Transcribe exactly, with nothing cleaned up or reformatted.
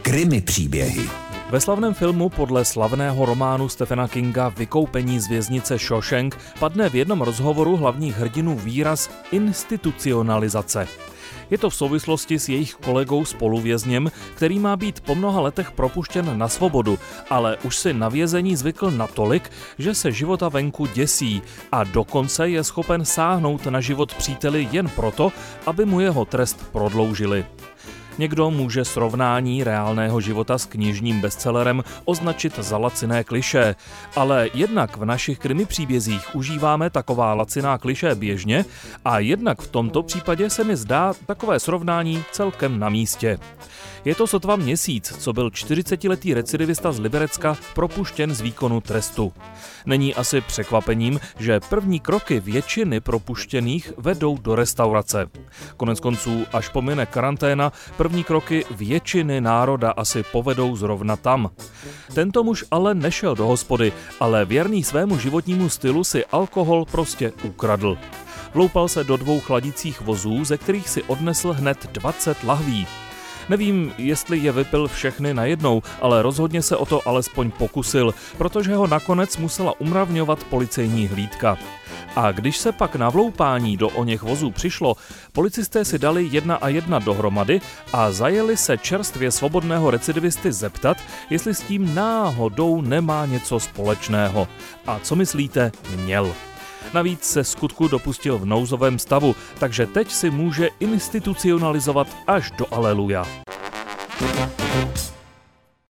Krimi příběhy. Ve slavném filmu podle slavného románu Stephena Kinga Vykoupení z věznice Shawshank padne v jednom rozhovoru hlavních hrdinů výraz institucionalizace. Je to v souvislosti s jejich kolegou spoluvězněm, který má být po mnoha letech propuštěn na svobodu, ale už si na vězení zvykl natolik, že se života venku děsí a dokonce je schopen sáhnout na život příteli jen proto, aby mu jeho trest prodloužili. Někdo může srovnání reálného života s knižním bestsellerem označit za laciné klišé, ale jednak v našich krimi příbězích užíváme taková laciná klišé běžně a jednak v tomto případě se mi zdá takové srovnání celkem na místě. Je to sotva měsíc, co byl čtyřicetiletý recidivista z Liberecka propuštěn z výkonu trestu. Není asi překvapením, že první kroky většiny propuštěných vedou do restaurace. Koneckonců, až pomine karanténa, první kroky většiny národa asi povedou zrovna tam. Tento muž ale nešel do hospody, ale věrný svému životnímu stylu si alkohol prostě ukradl. Vloupal se do dvou chladicích vozů, ze kterých si odnesl hned dvacet lahví. Nevím, jestli je vypil všechny najednou, ale rozhodně se o to alespoň pokusil, protože ho nakonec musela umravňovat policejní hlídka. A když se pak na vloupání do oněch vozů přišlo, policisté si dali jedna a jedna dohromady a zajeli se čerstvě svobodného recidivisty zeptat, jestli s tím náhodou nemá něco společného. A co myslíte, měl. Navíc se skutku dopustil v nouzovém stavu, takže teď si může institucionalizovat až do aleluja.